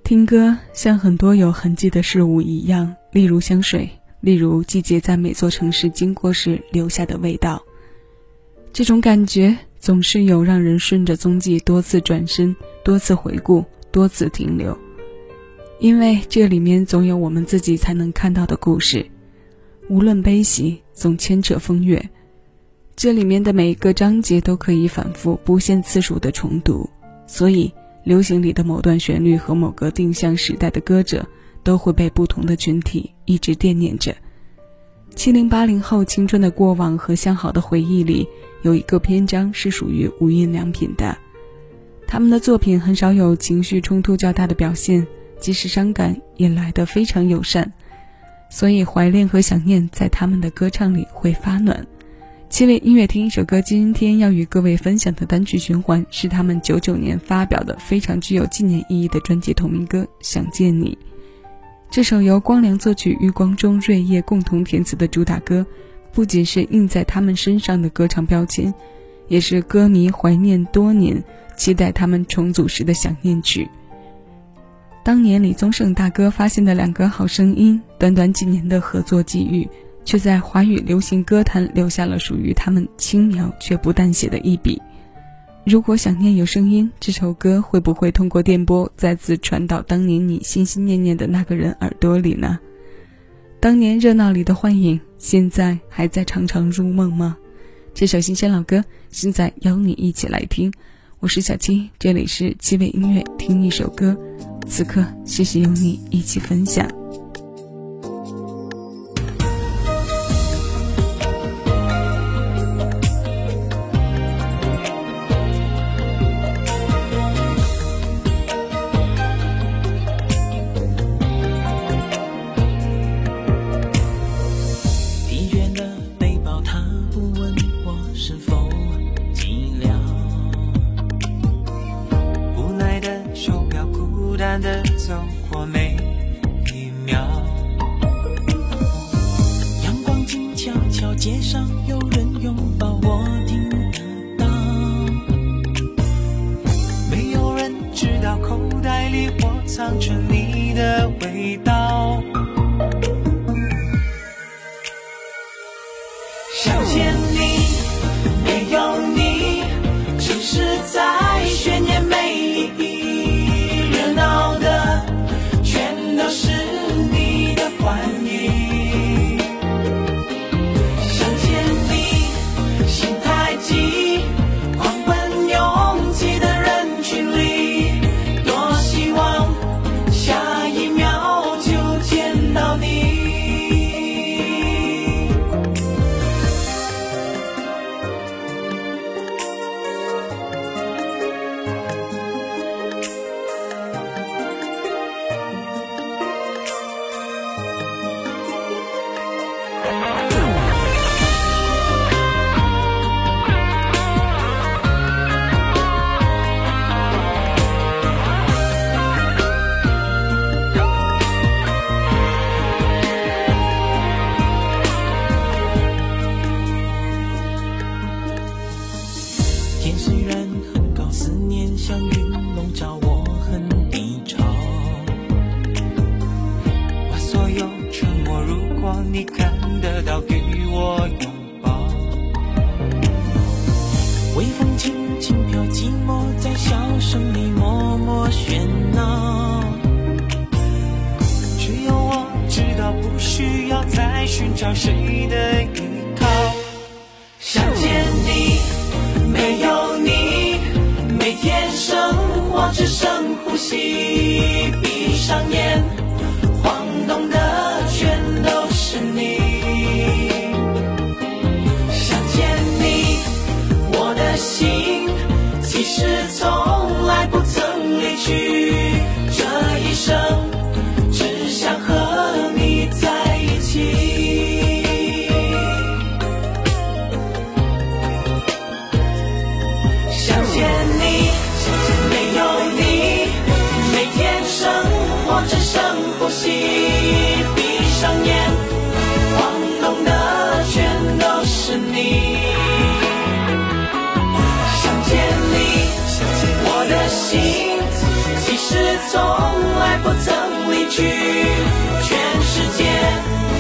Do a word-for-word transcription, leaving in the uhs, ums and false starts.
听歌像很多有痕迹的事物一样，例如香水，例如季节在每座城市经过时留下的味道。这种感觉总是有让人顺着踪迹多次转身，多次回顾，多次停留，因为这里面总有我们自己才能看到的故事，无论悲喜，总牵扯风月。这里面的每一个章节都可以反复不限次数的重读，所以流行里的某段旋律和某个定向时代的歌者都会被不同的群体一直惦念着。七零八零后青春的过往和向好的回忆里，有一个篇章是属于无印良品的。他们的作品很少有情绪冲突较大的表现，即使伤感也来得非常友善，所以怀恋和想念在他们的歌唱里会发暖。七位音乐听一首歌，今天要与各位分享的单曲循环是他们九九年发表的非常具有纪念意义的专辑同名歌《想见你》。这首由光良作曲、余光中、瑞叶共同填词的主打歌，不仅是印在他们身上的歌唱标签，也是歌迷怀念多年、期待他们重组时的想念曲。当年李宗盛大哥发现的两个好声音，短短几年的合作际遇，却在华语流行歌坛留下了属于他们轻描却不淡写的一笔。如果想念有声音，这首歌会不会通过电波再次传到当年你心心念念的那个人耳朵里呢？当年热闹里的幻影，现在还在常常入梦吗？这首新鲜老歌，现在邀你一起来听。我是小七，这里是七味音乐听一首歌，此刻谢谢有你一起分享。 的走过每一秒，阳光静悄悄，街上有人拥抱，我听得到。没有人知道口袋里我藏着你的味道。想见你，没有你，城市在渲染美丽。是你的欢迎，想见你，心太急，狂奔拥挤的人群里，多希望下一秒就见到你。天虽然很高，思念像云笼罩，我很低潮。把所有沉默，如果你看得到，给我拥抱。微风轻轻飘，寂寞在笑声里默默喧闹。只有我知道，不需要再寻找谁的依靠。想见你，没有你，每天生活只剩呼吸，闭上眼，晃动的全都是你。想见你，我的心其实从来不曾离去，这一生只想和你在一起。想见你，没有你，每天生活只剩呼吸，闭上眼，晃动的全都是你。想见你，我的心其实从来不曾离去，全世界